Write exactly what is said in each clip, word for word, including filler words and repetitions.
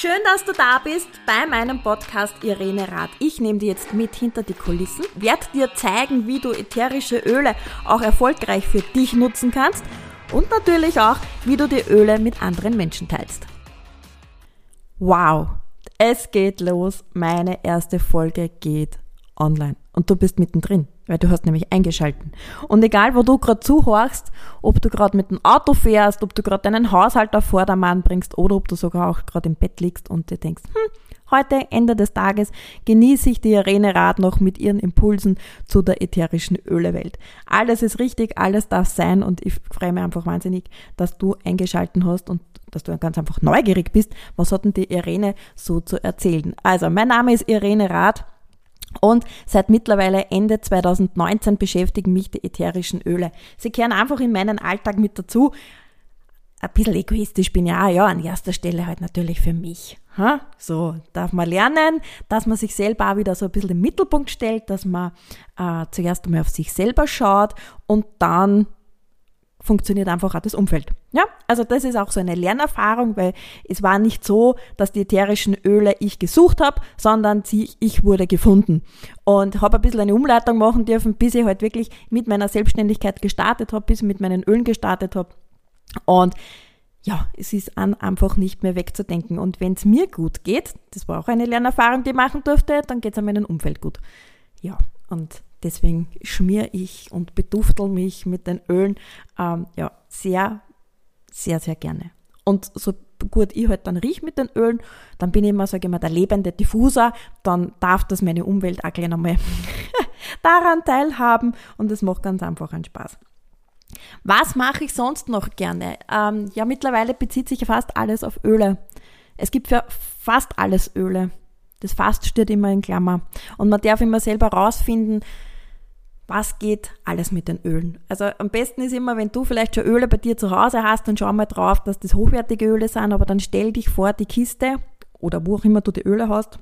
Schön, dass du da bist bei meinem Podcast Irene Rath. Ich nehme dir jetzt mit hinter die Kulissen, werde dir zeigen, wie du ätherische Öle auch erfolgreich für dich nutzen kannst und natürlich auch, wie du die Öle mit anderen Menschen teilst. Wow, es geht los. Meine erste Folge geht online und du bist mittendrin, weil du hast nämlich eingeschalten. Und egal, wo du gerade zuhörst, ob du gerade mit dem Auto fährst, ob du gerade deinen Haushalt auf Vordermann bringst oder ob du sogar auch gerade im Bett liegst und dir denkst, hm, heute, Ende des Tages, genieße ich die Irene Rath noch mit ihren Impulsen zu der ätherischen Ölewelt. Alles ist richtig, alles darf sein und ich freue mich einfach wahnsinnig, dass du eingeschalten hast und dass du ganz einfach neugierig bist, was hat denn die Irene so zu erzählen. Also, mein Name ist Irene Rath. Und seit mittlerweile Ende zwanzig neunzehn beschäftigen mich die ätherischen Öle. Sie kehren einfach in meinen Alltag mit dazu. Ein bisschen egoistisch bin ich auch, ja, an erster Stelle halt natürlich für mich. Ha? So darf man lernen, dass man sich selber auch wieder so ein bisschen im Mittelpunkt stellt, dass man äh, zuerst einmal auf sich selber schaut und dann funktioniert einfach auch das Umfeld. Ja, also das ist auch so eine Lernerfahrung, weil es war nicht so, dass die ätherischen Öle ich gesucht habe, sondern sie, ich wurde gefunden. Und habe ein bisschen eine Umleitung machen dürfen, bis ich halt wirklich mit meiner Selbstständigkeit gestartet habe, bis ich mit meinen Ölen gestartet habe. Und ja, es ist an, einfach nicht mehr wegzudenken. Und wenn es mir gut geht, das war auch eine Lernerfahrung, die ich machen durfte, dann geht es an meinem Umfeld gut. Ja, und deswegen schmiere ich und beduftel mich mit den Ölen ähm, ja, sehr, sehr, sehr gerne. Und so gut ich halt dann riech mit den Ölen, dann bin ich immer, sage ich mal, der lebende Diffuser, dann darf das meine Umwelt auch gleich nochmal daran teilhaben und es macht ganz einfach einen Spaß. Was mache ich sonst noch gerne? Ähm, ja, mittlerweile bezieht sich ja fast alles auf Öle. Es gibt für fast alles Öle. Das fast steht immer in Klammer. Und man darf immer selber rausfinden, was geht alles mit den Ölen. Also am besten ist immer, wenn du vielleicht schon Öle bei dir zu Hause hast, dann schau mal drauf, dass das hochwertige Öle sind, aber dann stell dich vor die Kiste oder wo auch immer du die Öle hast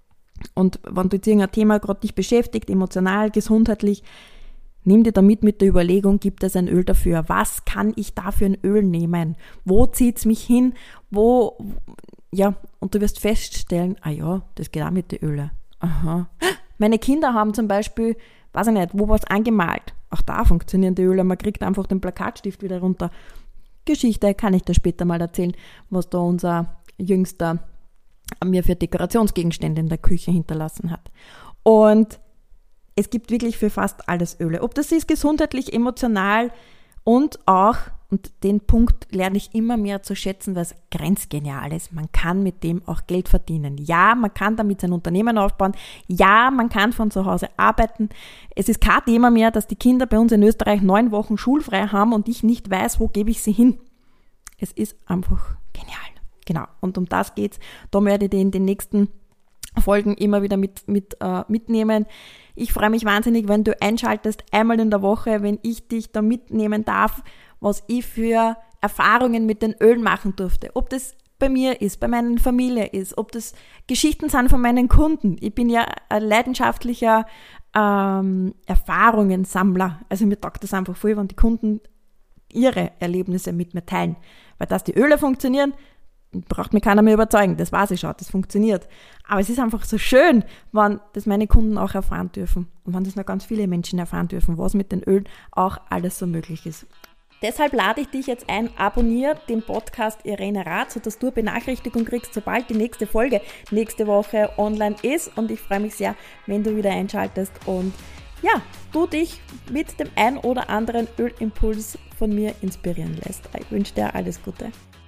und wenn du jetzt irgendein Thema gerade dich beschäftigt, emotional, gesundheitlich, nimm dir damit mit der Überlegung, gibt es ein Öl dafür? Was kann ich da für ein Öl nehmen? Wo zieht es mich hin? Wo, ja, und du wirst feststellen, ah ja, das geht auch mit den Ölen. Aha. Meine Kinder haben zum Beispiel, weiß ich nicht, wo was angemalt. Auch da funktionieren die Öle, man kriegt einfach den Plakatstift wieder runter. Geschichte kann ich dir später mal erzählen, was da unser Jüngster mir für Dekorationsgegenstände in der Küche hinterlassen hat. Und es gibt wirklich für fast alles Öle. Ob das ist gesundheitlich, emotional und auch, und den Punkt lerne ich immer mehr zu schätzen, weil es grenzgenial ist. Man kann mit dem auch Geld verdienen. Ja, man kann damit sein Unternehmen aufbauen. Ja, man kann von zu Hause arbeiten. Es ist kein Thema mehr, dass die Kinder bei uns in Österreich neun Wochen schulfrei haben und ich nicht weiß, wo gebe ich sie hin. Es ist einfach genial. Genau. Und um das geht's. Da werde ich die in den nächsten Folgen immer wieder mit, mit, äh, mitnehmen. Ich freue mich wahnsinnig, wenn du einschaltest, einmal in der Woche, wenn ich dich da mitnehmen darf, was ich für Erfahrungen mit den Ölen machen durfte. Ob das bei mir ist, bei meiner Familie ist, ob das Geschichten sind von meinen Kunden. Ich bin ja ein leidenschaftlicher ähm, Erfahrungssammler. Also mir taugt das einfach voll, wenn die Kunden ihre Erlebnisse mit mir teilen. Weil dass die Öle funktionieren, braucht mir keiner mehr überzeugen, das weiß ich schon, das funktioniert. Aber es ist einfach so schön, wenn das meine Kunden auch erfahren dürfen und wenn das noch ganz viele Menschen erfahren dürfen, was mit den Ölen auch alles so möglich ist. Deshalb lade ich dich jetzt ein, abonniere den Podcast Irene Rath, sodass du eine Benachrichtigung kriegst, sobald die nächste Folge nächste Woche online ist und ich freue mich sehr, wenn du wieder einschaltest und ja, du dich mit dem ein oder anderen Ölimpuls von mir inspirieren lässt. Ich wünsche dir alles Gute.